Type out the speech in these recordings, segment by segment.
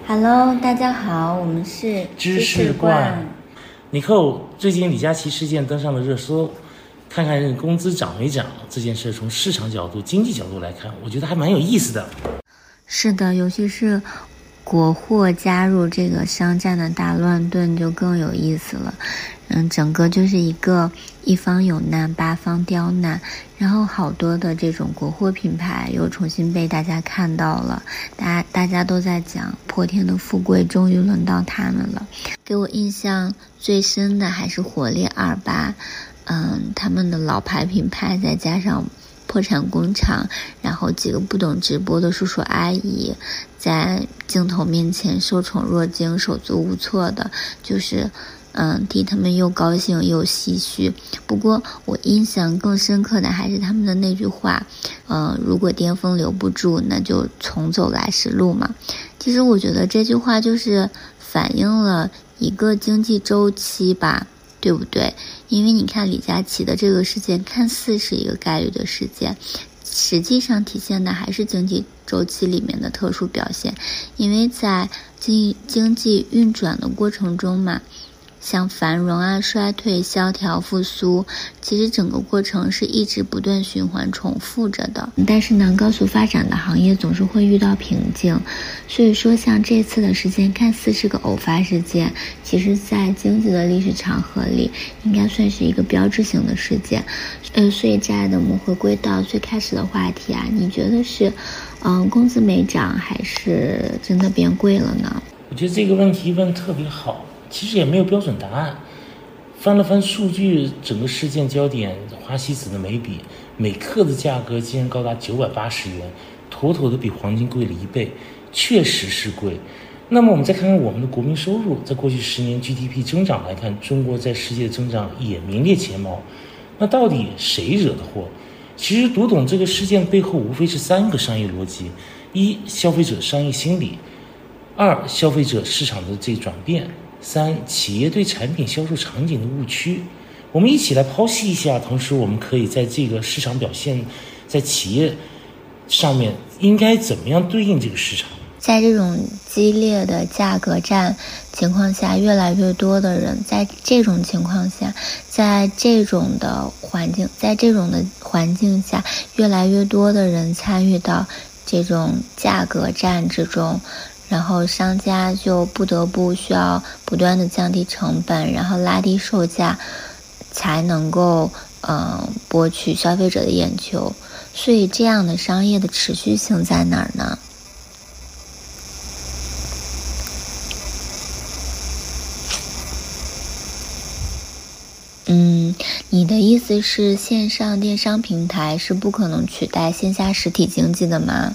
Hello， 大家好，我们是知识罐。尼寇，最近李佳琦事件登上了热搜，看看工资涨没涨这件事，从市场角度、经济角度来看，我觉得还蛮有意思的。 是的，尤其是国货加入这个商战的大乱炖，就更有意思了。整个就是一方有难，八方刁难，然后好多的这种国货品牌又重新被大家看到了，大家都在讲破天的富贵终于轮到他们了。给我印象最深的还是火力28，他们的老牌品牌再加上破产工厂，然后几个不懂直播的叔叔阿姨在镜头面前受宠若惊，手足无措的，就是替他们又高兴又唏嘘。不过我印象更深刻的还是他们的那句话，如果巅峰留不住，那就重走来时路嘛。其实我觉得这句话就是反映了一个经济周期吧，对不对？因为你看李佳琦的这个事件看似是一个概率的事件，实际上体现的还是经济周期里面的特殊表现。因为在经济运转的过程中嘛，像繁荣啊、衰退、萧条、复苏，其实整个过程是一直不断循环重复着的。但是呢，高速发展的行业总是会遇到瓶颈，所以说像这次的事件看似是个偶发事件，其实在经济的历史长河里应该算是一个标志性的事件。所以这的我们回归到最开始的话题啊，你觉得是工资没涨还是真的变贵了呢？ 我觉得这个问题问特别好，其实也没有标准答案。翻了翻数据，整个事件焦点花西子的眉笔，每克的价格竟然高达980元，妥妥的比黄金贵了1倍，确实是贵。那么我们再看看我们的国民收入，在过去10年 GDP 增长来看，中国在世界的增长也名列前茅。那到底谁惹的祸？其实读懂这个事件背后无非是3个商业逻辑：一、消费者商业心理；二、消费者市场的这转变；三、企业对产品销售场景的误区。我们一起来剖析一下，同时我们可以在这个市场表现，在企业上面应该怎么样对应这个市场。 在这种激烈的价格战情况下，越来越多的人在这种情况下，在这种的环境下，越来越多的人参与到这种价格战之中，然后商家就不得不需要不断的降低成本，然后拉低售价，才能够博取消费者的眼球。所以这样的商业的持续性在哪儿呢？你的意思是线上电商平台是不可能取代线下实体经济的吗？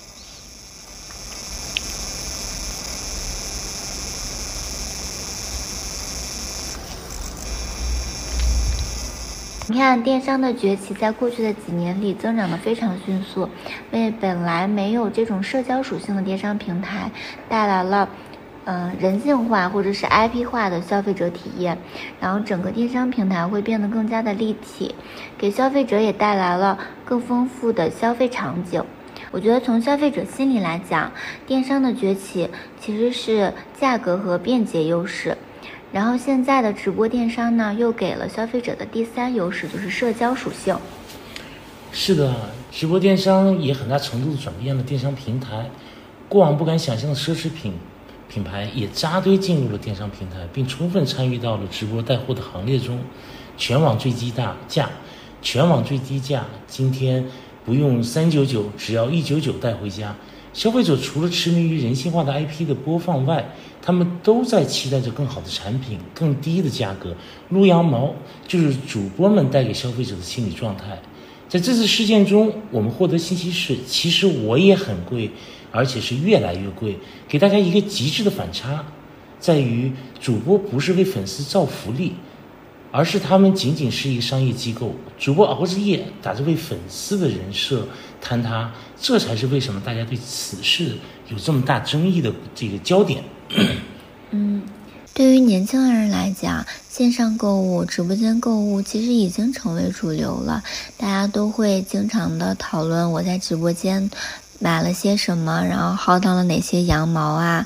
你看电商的崛起在过去的几年里增长得非常迅速，为本来没有这种社交属性的电商平台带来了人性化或者是 IP 化的消费者体验，然后整个电商平台会变得更加的立体，给消费者也带来了更丰富的消费场景。我觉得从消费者心理来讲，电商的崛起其实是价格和便捷优势，然后现在的直播电商呢，又给了消费者的第3优势，就是社交属性。 是的，直播电商也很大程度转变了电商平台，过往不敢想象的奢侈品牌也扎堆进入了电商平台，并充分参与到了直播带货的行列中。全网最低价，今天不用399，只要199带回家。消费者除了痴迷于人性化的 IP 的播放外，他们都在期待着更好的产品、更低的价格。撸羊毛就是主播们带给消费者的心理状态。在这次事件中，我们获得信息是，其实我也很贵，而且是越来越贵。给大家一个极致的反差，在于主播不是为粉丝造福利，而是他们仅仅是一个商业机构。主播熬着夜，打着为粉丝的人设坍塌，这才是为什么大家对此事有这么大争议的这个焦点。 对于年轻人来讲，线上购物、直播间购物其实已经成为主流了，大家都会经常的讨论我在直播间买了些什么，然后薅到了哪些羊毛啊，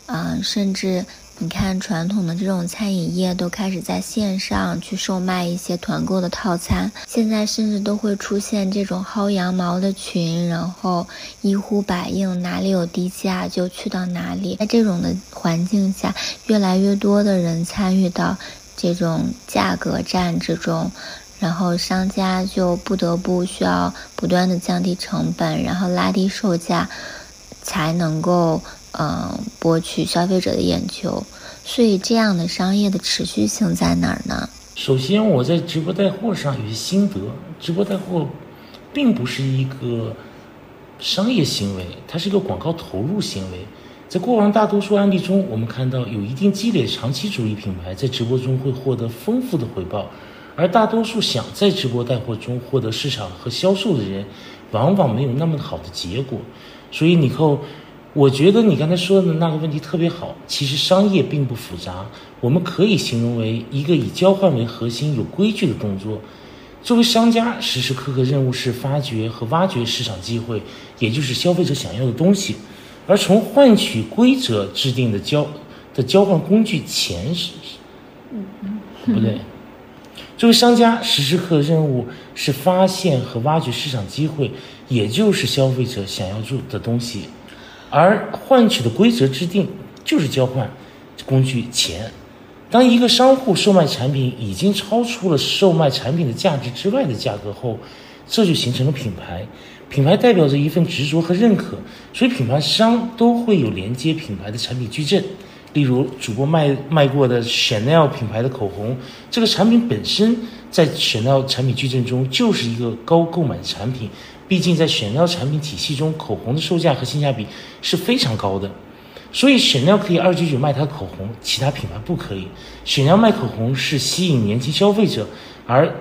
甚至你看传统的这种餐饮业都开始在线上去售卖一些团购的套餐，现在甚至都会出现这种薅羊毛的群，然后一呼百应，哪里有低价就去到哪里。在这种的环境下，越来越多的人参与到这种价格战之中，然后商家就不得不需要不断的降低成本，然后拉低售价，才能够博取消费者的眼球。所以这样的商业的持续性在哪儿呢？ 首先我在直播带货上有些心得，直播带货并不是一个商业行为，它是一个广告投入行为。在过往大多数案例中，我们看到有一定积累的长期主义品牌在直播中会获得丰富的回报，而大多数想在直播带货中获得市场和销售的人往往没有那么好的结果。所以尼寇，我觉得你刚才说的那个问题特别好，其实商业并不复杂，我们可以形容为一个以交换为核心有规矩的动作。作为商家，时时刻刻任务是发掘和挖掘市场机会，也就是消费者想要的东西，而从换取规则制定的交换工具钱不对。作为商家，时时刻任务是发现和挖掘市场机会，也就是消费者想要做的东西，而换取的规则制定就是交换工具钱。当一个商户售卖产品已经超出了售卖产品的价值之外的价格后，这就形成了品牌。品牌代表着一份执着和认可，所以品牌商都会有连接品牌的产品矩阵。例如主播卖过的 Chanel 品牌的口红，这个产品本身在 Chanel 产品矩阵中就是一个高购买的产品，毕竟在 Chanel 产品体系中，口红的售价和性价比是非常高的，所以 Chanel 可以299卖它的口红，其他品牌不可以。Chanel 卖口红是吸引年轻消费者，而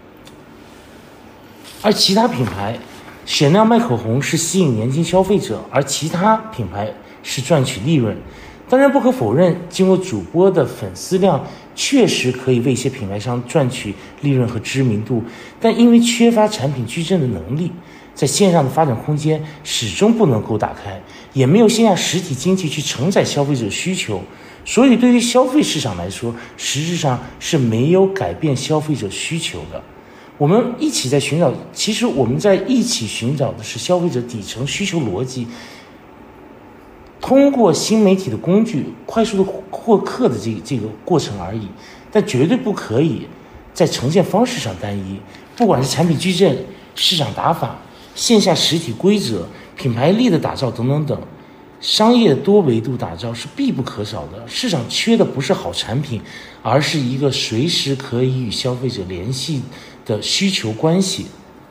其他品牌Chanel 卖口红是吸引年轻消费者，而其他品牌是赚取利润。当然不可否认，经过主播的粉丝量确实可以为一些品牌商赚取利润和知名度，但因为缺乏产品矩阵的能力，在线上的发展空间始终不能够打开，也没有线下实体经济去承载消费者需求，所以对于消费市场来说，实质上是没有改变消费者需求的。我们一起在寻找，其实我们在一起寻找的是消费者底层需求逻辑，通过新媒体的工具快速的获客的这个过程而已，但绝对不可以在呈现方式上单一。不管是产品矩阵、市场打法、线下实体规则、品牌力的打造等等等，商业多维度打造是必不可少的。市场缺的不是好产品，而是一个随时可以与消费者联系的需求关系。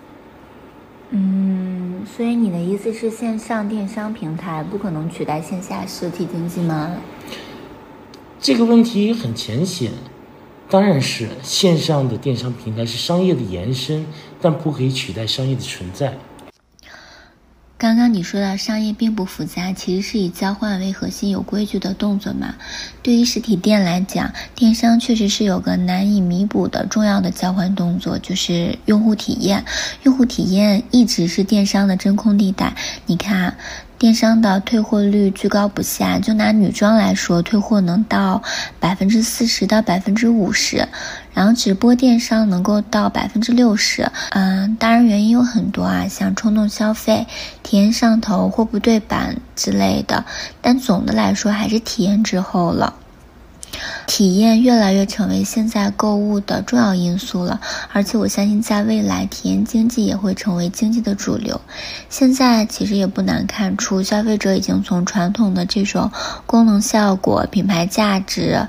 所以你的意思是线上电商平台不可能取代线下实体经济吗？ 这个问题很浅显，当然是线上的电商平台是商业的延伸，但不可以取代商业的存在。 刚刚你说到商业并不复杂，其实是以交换为核心有规矩的动作嘛。对于实体店来讲，电商确实是有个难以弥补的重要的交换动作，就是用户体验。用户体验一直是电商的真空地带。你看电商的退货率居高不下，就拿女装来说，退货能到40%到50%，然后直播电商能够到60%。当然原因有很多啊，像冲动消费、体验上头、货不对版之类的，但总的来说还是体验滞后了。体验越来越成为现在购物的重要因素了，而且我相信在未来体验经济也会成为经济的主流。现在其实也不难看出，消费者已经从传统的这种功能效果、品牌价值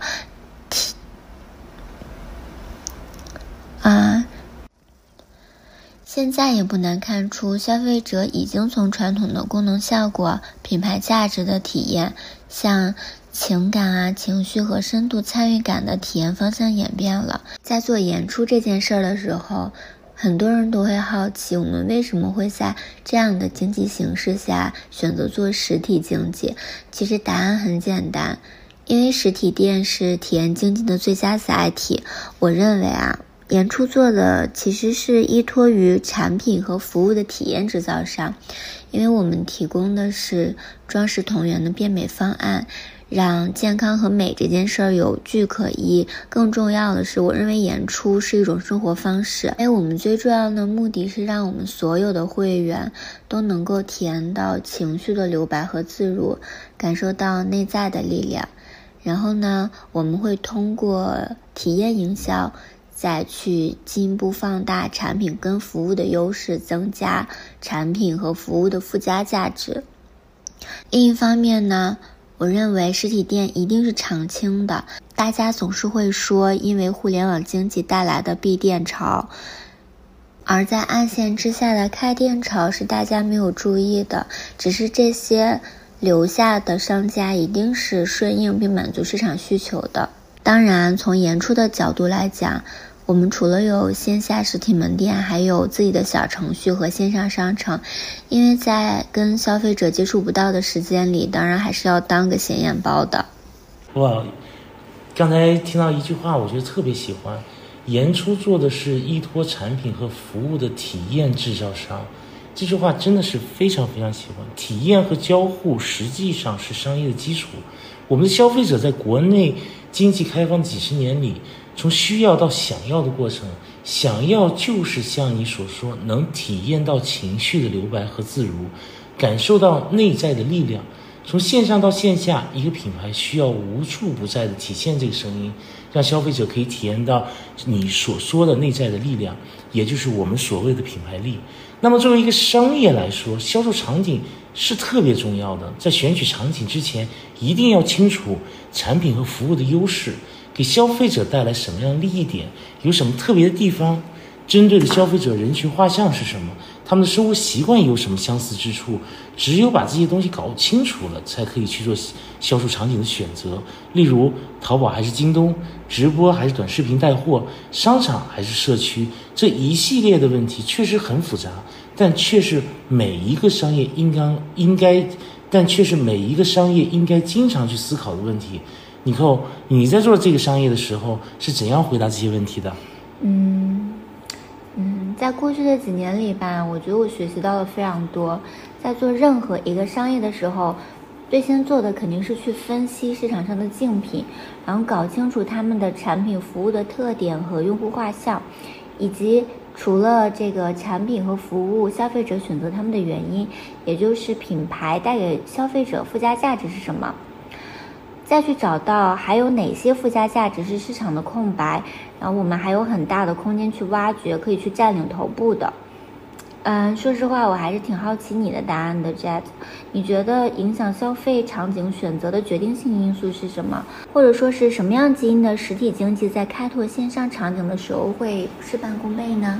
现在也不难看出，消费者已经从传统的功能效果、品牌价值的体验，向情感情绪和深度参与感的体验方向演变了。在做演出这件事的时候，很多人都会好奇，我们为什么会在这样的经济形势下选择做实体经济？其实答案很简单，因为实体店是体验经济的最佳载体。我认为演出做的其实是依托于产品和服务的体验制造上，因为我们提供的是装饰同源的变美方案，让健康和美这件事儿有据可依。更重要的是，我认为演出是一种生活方式，我们最重要的目的是让我们所有的会员都能够体验到情绪的留白和自如，感受到内在的力量。然后呢，我们会通过体验营销再去进一步放大产品跟服务的优势，增加产品和服务的附加价值。另一方面呢，我认为实体店一定是长青的。大家总是会说因为互联网经济带来的闭店潮，而在暗线之下的开店潮是大家没有注意的，只是这些留下的商家一定是顺应并满足市场需求的。当然，从演出的角度来讲，我们除了有线下实体门店，还有自己的小程序和线上商城，因为在跟消费者接触不到的时间里，当然还是要当个显眼包的。 哇，刚才听到一句话，我觉得特别喜欢，演出做的是依托产品和服务的体验制造商。这句话真的是非常非常喜欢。体验和交互实际上是商业的基础。我们的消费者在国内经济开放几十年里，从需要到想要的过程，想要就是像你所说，能体验到情绪的留白和自如，感受到内在的力量。从线上到线下，一个品牌需要无处不在的体现这个声音，让消费者可以体验到你所说的内在的力量，也就是我们所谓的品牌力。那么作为一个商业来说，销售场景是特别重要的。在选取场景之前，一定要清楚产品和服务的优势，给消费者带来什么样的利益点，有什么特别的地方，针对的消费者人群画像是什么，他们的生活习惯有什么相似之处。只有把这些东西搞清楚了，才可以去做销售场景的选择。例如淘宝还是京东，直播还是短视频带货，商场还是社区，这一系列的问题确实很复杂，但却是每一个商业应该经常去思考的问题。你在做这个商业的时候是怎样回答这些问题的？ 在过去的几年里吧，我觉得我学习到了非常多。在做任何一个商业的时候，最先做的肯定是去分析市场上的竞品，然后搞清楚他们的产品服务的特点和用户画像，以及除了这个产品和服务，消费者选择他们的原因，也就是品牌带给消费者附加价值是什么。再去找到还有哪些附加价值是市场的空白，然后我们还有很大的空间去挖掘，可以去占领头部的。说实话，我还是挺好奇你的答案的 Jet。 你觉得影响消费场景选择的决定性因素是什么？或者说是什么样基因的实体经济在开拓线上场景的时候会事半功倍呢？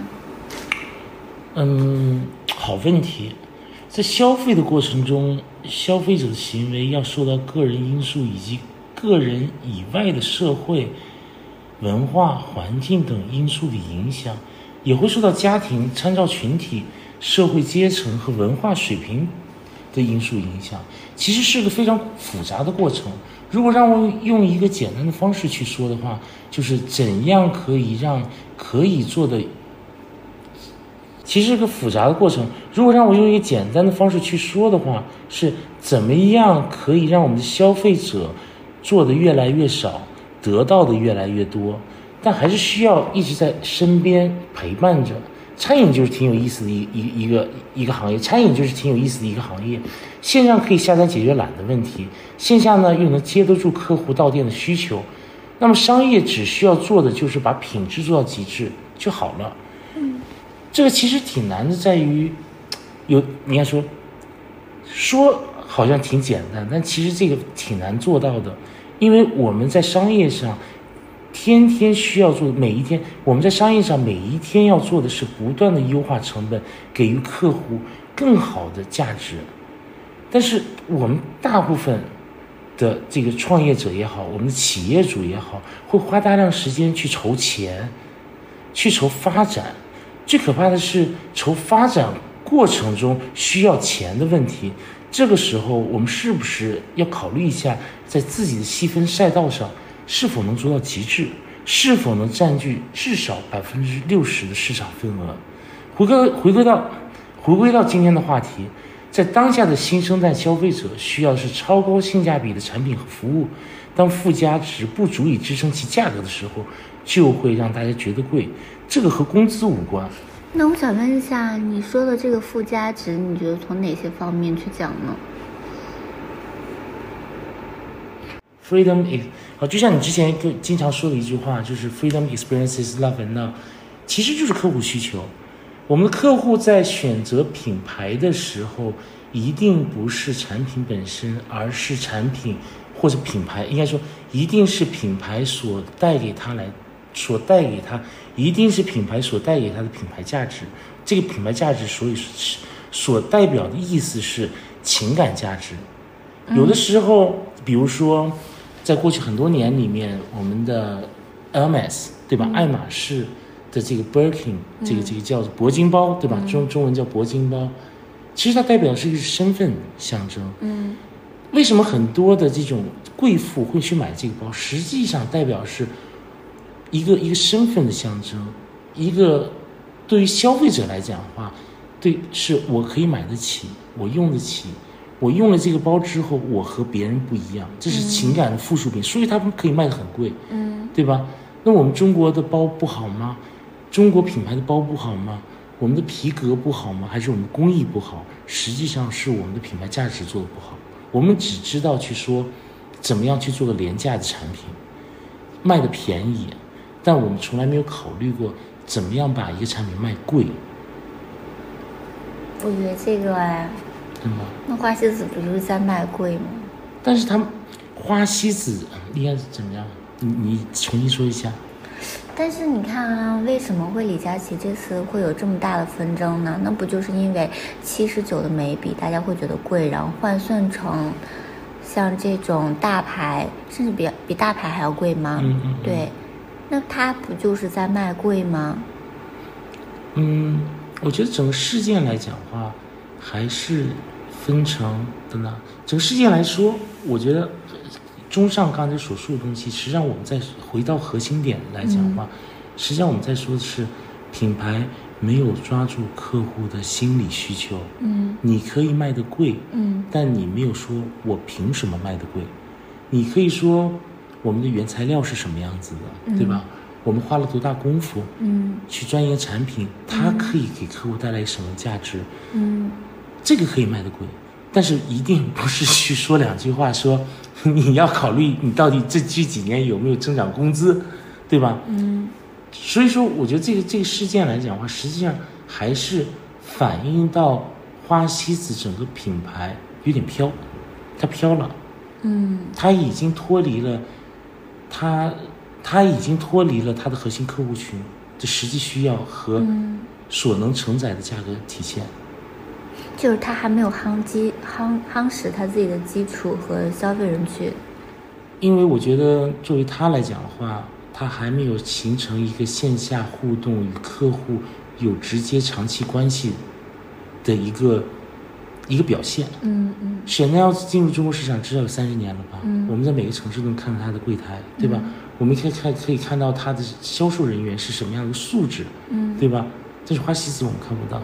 好问题。在消费的过程中，消费者的行为要受到个人因素以及个人以外的社会、文化、环境等因素的影响，也会受到家庭、参照群体、社会阶层和文化水平的因素影响。其实是个非常复杂的过程。如果让我用一个简单的方式去说的话，就是怎样可以让可以做的，其实是个复杂的过程。如果让我用一个简单的方式去说的话，是怎么样可以让我们的消费者做的越来越少，得到的越来越多，但还是需要一直在身边陪伴着。餐饮就是挺有意思的一个行业，餐饮就是挺有意思的一个行业。线上可以下单解决懒的问题，线下呢又能接得住客户到店的需求。那么商业只需要做的就是把品质做到极致就好了。这个其实挺难的，在于你看说好像挺简单，但其实这个挺难做到的。因为我们在商业上天天需要做的，每一天我们在商业上每一天要做的是不断的优化成本，给予客户更好的价值。但是我们大部分的这个创业者也好，我们的企业主也好，会花大量时间去筹钱，去筹发展。最可怕的是筹发展过程中需要钱的问题。这个时候我们是不是要考虑一下，在自己的细分赛道上是否能做到极致？ 是否能占据至少60%的市场份额。回归到今天的话题，在当下的新生代消费者需要的是超高性价比的产品和服务，当附加值不足以支撑其价格的时候，就会让大家觉得贵，这个和工资无关。 那我想问一下，你说的这个附加值，你觉得从哪些方面去讲呢 ？Freedom is 就像你之前经常说的一句话，就是 Freedom experiences love and love， 其实就是客户需求。我们的客户在选择品牌的时候，一定不是产品本身，而是产品或者品牌，应该说一定是品牌所带给他，一定是品牌所带给他的品牌价值。这个品牌价值所代表的意思是情感价值。有的时候，比如说在过去很多年里面，我们的 Hermes 对吧，爱马仕的这个 Birkin， 这个叫铂金包对吧，中文叫铂金包，其实它代表的是一个身份象征。为什么很多的这种贵妇会去买这个包？实际上代表是一个身份的象征，一个对于消费者来讲的话，是我可以买得起，我用得起，我用了这个包之后，我和别人不一样，这是情感的附属品，所以它可以卖得很贵，对吧？那我们中国的包不好吗？中国品牌的包不好吗？我们的皮革不好吗？还是我们工艺不好？实际上是我们的品牌价值做得不好。我们只知道去说怎么样去做个廉价的产品，卖得便宜，但我们从来没有考虑过怎么样把一个产品卖贵。 我觉得这个对吗？ 那花西子不就是在卖贵吗？ 但是他们花西子应该是怎么样？你重新说一下。 但是你看啊，为什么会李佳琦这次会有这么大的纷争呢？那不就是因为79的眉笔大家会觉得贵，然后换算成像这种大牌，甚至比大牌还要贵吗？对，那它不就是在卖贵吗？ 我觉得整个事件来讲的话，还是分成的呢。整个事件来说，我觉得综上刚才所说的东西，实际上我们再回到核心点来讲的话，实际上我们在说的是品牌没有抓住客户的心理需求。你可以卖得贵，但你没有说我凭什么卖得贵。你可以说我们的原材料是什么样子的，对吧？我们花了多大功夫，去钻研产品，它可以给客户带来什么价值，这个可以卖得贵，但是一定不是去说两句话说你要考虑你到底这几年有没有增长工资，对吧？所以说我觉得这个事件来讲的话，实际上还是反映到花西子整个品牌有点飘，它飘了，它已经脱离了它的核心客户群的实际需要和所能承载的价格体现。 就是他还没有夯实他自己的基础和消费人群。 因为我觉得作为他来讲的话，他还没有形成一个线下互动与客户有直接长期关系的一个表现。Chanel进入中国市场至少有30年了吧？我们在每个城市都能看到它的柜台，对吧？我们可以看到它的销售人员是什么样的素质，对吧？但是花西子我们看不到，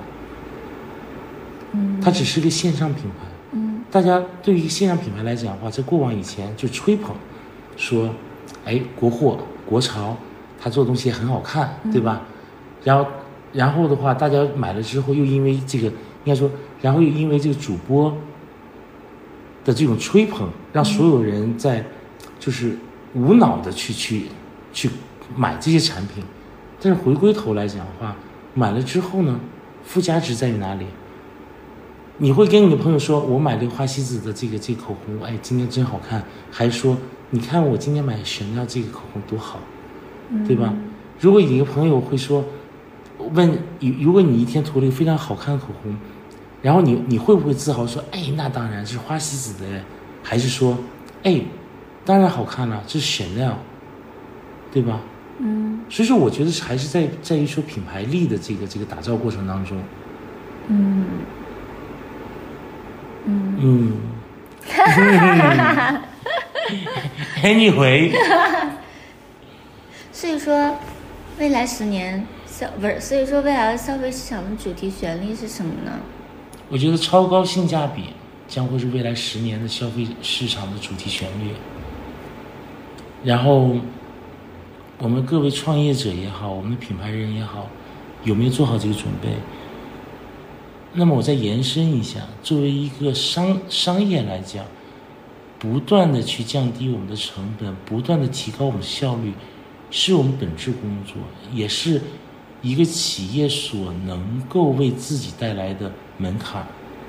它只是个线上品牌。大家对于线上品牌来讲的话，在过往以前就吹捧，说，国货国潮，它做的东西也很好看，对吧？然后的话，大家买了之后，又因为这个，应该说，然后又因为这个主播的这种吹捧，让所有人在就是无脑的去买这些产品。但是回归头来讲的话，买了之后呢，附加值在于哪里？你会跟你的朋友说，我买了花西子的这个口红，今天真好看，还是说你看我今天买Chanel这个口红多好，对吧？如果你一个朋友会说，如果你一天涂了一个非常好看的口红，然后你会不会自豪说，那当然是花西子的，还是说，当然好看了，这是Chanel，对吧？所以说我觉得还是在于说品牌力的这个打造过程当中。 所以说，未来10年所以说未来的消费市场的主题旋律是什么呢？ 我觉得超高性价比将会是未来10年的消费市场的主题旋律。然后，我们各位创业者也好，我们的品牌人也好，有没有做好这个准备？那么我再延伸一下，作为一个商业来讲，不断的去降低我们的成本，不断的提高我们的效率，是我们本质工作，也是一个企业所能够为自己带来的门槛。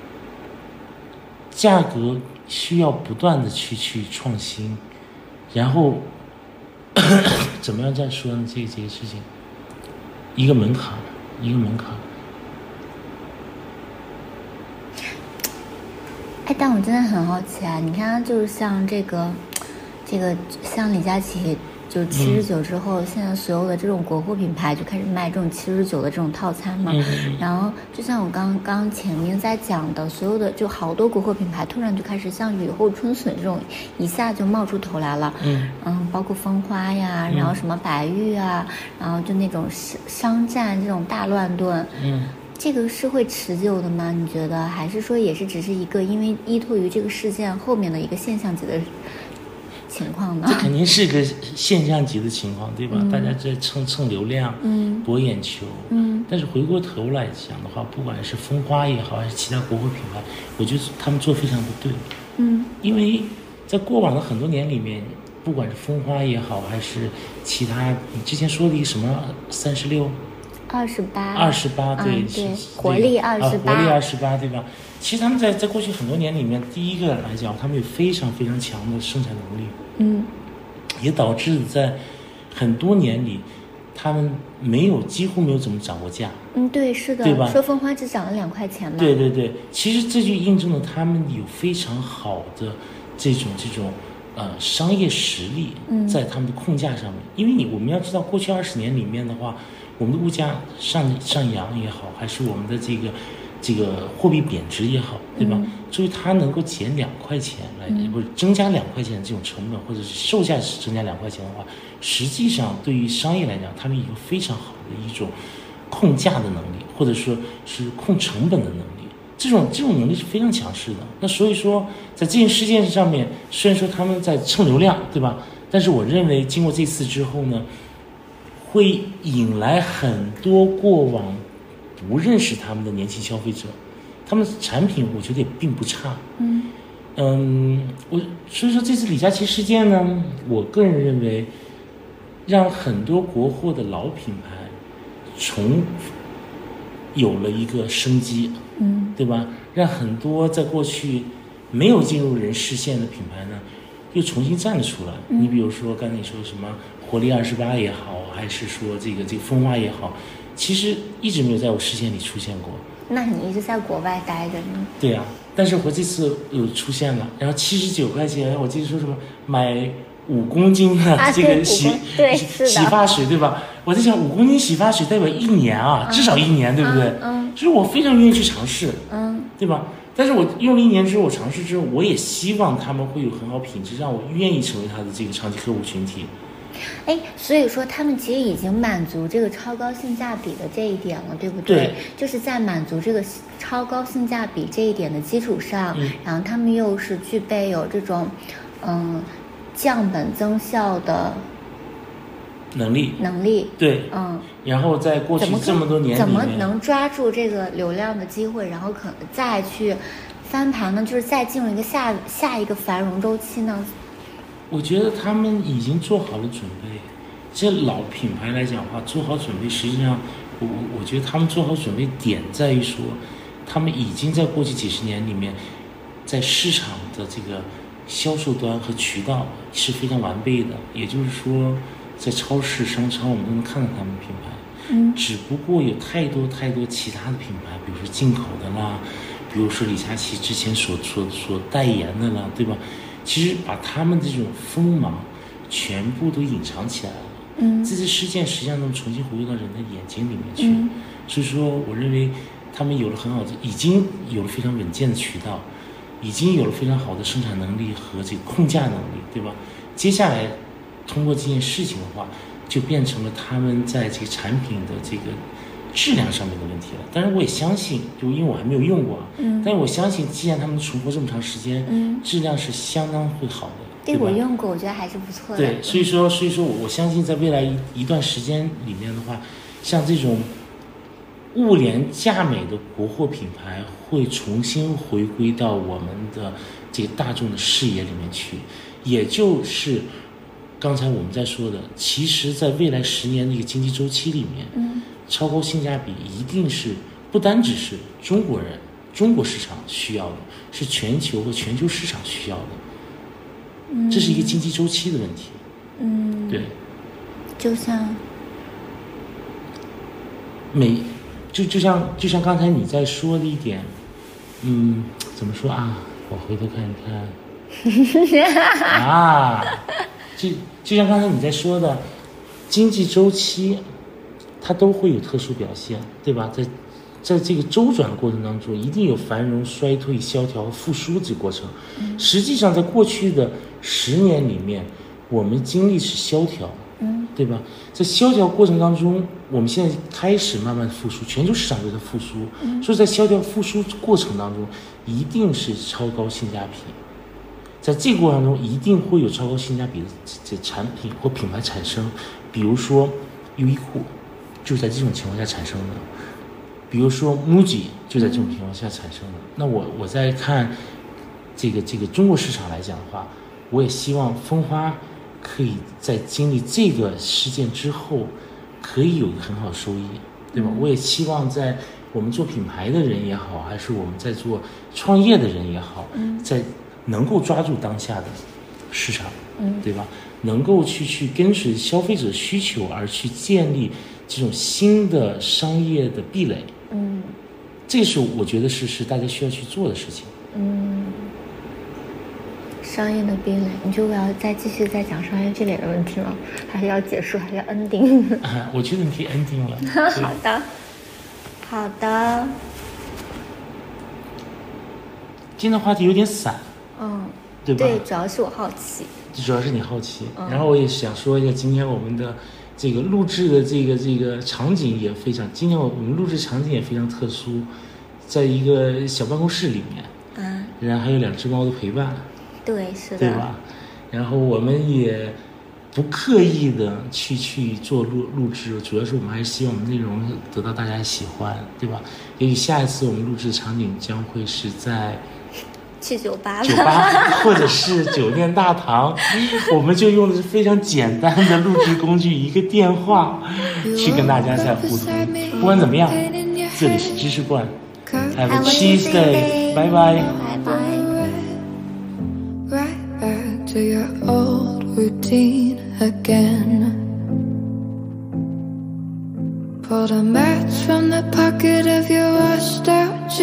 价格需要不断的去创新，然后怎么样再说呢？这个事情，一个门槛。 哎，但我真的很好奇啊！你看，就是像这个像李佳琦，就79之后，现在所有的这种国货品牌就开始卖这种79的这种套餐嘛。然后就像我刚前面在讲的，所有的就好多国货品牌突然就开始像雨后春笋这种一下就冒出头来了。包括风花呀，然后什么白玉啊，然后就那种商战这种大乱炖。这个是会持久的吗？你觉得，还是说也是只是一个因为依托于这个事件后面的一个现象级的情况呢？ 这肯定是个现象级的情况，对吧？大家在蹭流量，博眼球。但是回过头来讲的话，不管是风花也好，还是其他国货品牌，我觉得他们做非常的对。因为在过往的很多年里面，不管是风花也好，还是其他，你之前说的一个什么36。28，对， 活力 28，对吧？其实他们在过去很多年里面，第一个来讲，他们有非常非常强的生产能力，也导致在很多年里，他们几乎没有怎么涨过价。 对，是的， 对吧？ 说风花只涨了2块钱嘛。 对，其实这就印证了他们有非常好的这种商业实力，在他们的控价上面。因为我们要知道，过去20年里面的话，我们的物价上扬也好，还是我们的这个货币贬值也好，对吧？所以它能够减2块钱来，不是增加2块钱的这种成本，或者是售价增加2块钱的话，实际上对于商业来讲，他们有非常好的一种控价的能力，或者说是控成本的能力。这种能力是非常强势的。那所以说，在这件事件上面，虽然说他们在蹭流量，对吧？但是我认为经过这次之后呢，会引来很多过往不认识他们的年轻消费者，他们的产品我觉得也并不差。所以说这次李佳琦事件呢，我个人认为，让很多国货的老品牌有了一个生机，对吧？让很多在过去没有进入人视线的品牌呢，又重新站了出来。你比如说刚才你说什么活力28也好，还是说这个风花也好，其实一直没有在我视线里出现过。 那你一直在国外待着呢？ 对啊，但是我这次有出现了，然后79块钱，我记得说什么买5公斤的这个洗发水，对吧？我在想5公斤洗发水代表1年啊，至少1年，对不对？所以我非常愿意去尝试，对吧？但是我用了1年之后，我尝试之后，我也希望他们会有很好品质，让我愿意成为他的这个长期客户群体。 所以说他们其实已经满足这个超高性价比的这一点了，对不对？对，就是在满足这个超高性价比这一点的基础上，然后他们又是具备有这种降本增效的能力， 对，然后在过去这么多年里面， 怎么能抓住这个流量的机会，然后可能再去翻盘呢？就是再进入一个下一个繁荣周期呢？ 我觉得他们已经做好了准备。这老品牌来讲的话，做好准备，实际上我觉得他们做好准备点在于说，他们已经在过去几十年里面，在市场的这个销售端和渠道是非常完备的。也就是说，在超市、商超我们都能看到他们的品牌，只不过有太多其他的品牌，比如说进口的啦，比如说李佳琦之前所代言的啦，对吧？其实把他们这种锋芒全部都隐藏起来了。这次事件实际上能重新回归到人的眼睛里面去。所以说，我认为他们有了很好的，已经有了非常稳健的渠道，已经有了非常好的生产能力和这个控价能力，对吧？接下来通过这件事情的话， 就变成了他们在这个产品的这个质量上面的问题了。但是我也相信，就因为我还没有用过，但是我相信，既然他们存活这么长时间，质量是相当会好的。 对，我用过，我觉得还是不错的。 对，所以说我相信在未来一段时间里面的话，像这种物廉价美的国货品牌会重新回归到我们的这个大众的视野里面去，也就是刚才我们在说的，其实在未来10年的一个经济周期里面，超高性价比一定是不单只是中国人、中国市场需要的，是全球和全球市场需要的。这是一个经济周期的问题。对， 就像就像刚才你在说的一点，怎么说啊？我回头看一看啊，就像刚才你在说的，经济周期它都会有特殊表现，对吧？在这个周转的过程当中，一定有繁荣、衰退、萧条、复苏这个过程。实际上，在过去的10年里面，我们经历是萧条，对吧？在萧条过程当中，我们现在开始慢慢复苏，全球市场都在复苏，所以在萧条复苏过程当中，一定是超高性价比。在这个过程中，一定会有超高性价比的这产品或品牌产生，比如说优衣库，就在这种情况下产生的。比如说 MUJI 就在这种情况下产生的。那我在看这个中国市场来讲的话，我也希望蜂花可以在经历这个事件之后，可以有一个很好的收益，对吧？我也希望在我们做品牌的人也好，还是我们在做创业的人也好，在能够抓住当下的市场，对吧？能够去跟随消费者需求而去建立这种新的商业的壁垒。这是我觉得是大家需要去做的事情。 商业的壁垒，你觉得我要继续讲商业壁垒的问题吗？还是要结束，还是要 ending？ 我觉得你可以 ending 了。 好的。 今天的话题有点散，对吧？ 对，主要是我好奇。 主要是你好奇，然后我也想说一下，今天我们的这个录制的这个场景也非常，今天我们录制场景也非常特殊，在一个小办公室里面，然后还有2只猫的陪伴， 对，是的， 对吧？然后我们也不刻意的去做录制，主要是我们还是希望我们内容得到大家的喜欢，对吧？也许下一次我们录制的场景将会是在去酒吧或者是酒店大堂，我们就用的是非常简单的录制工具，一个电话去跟大家在互动。不管怎么样，这里是知识罐 ，Have a cheese day， 拜拜。 Right back to your old routine again. Pulled a match from the pocket of your washed out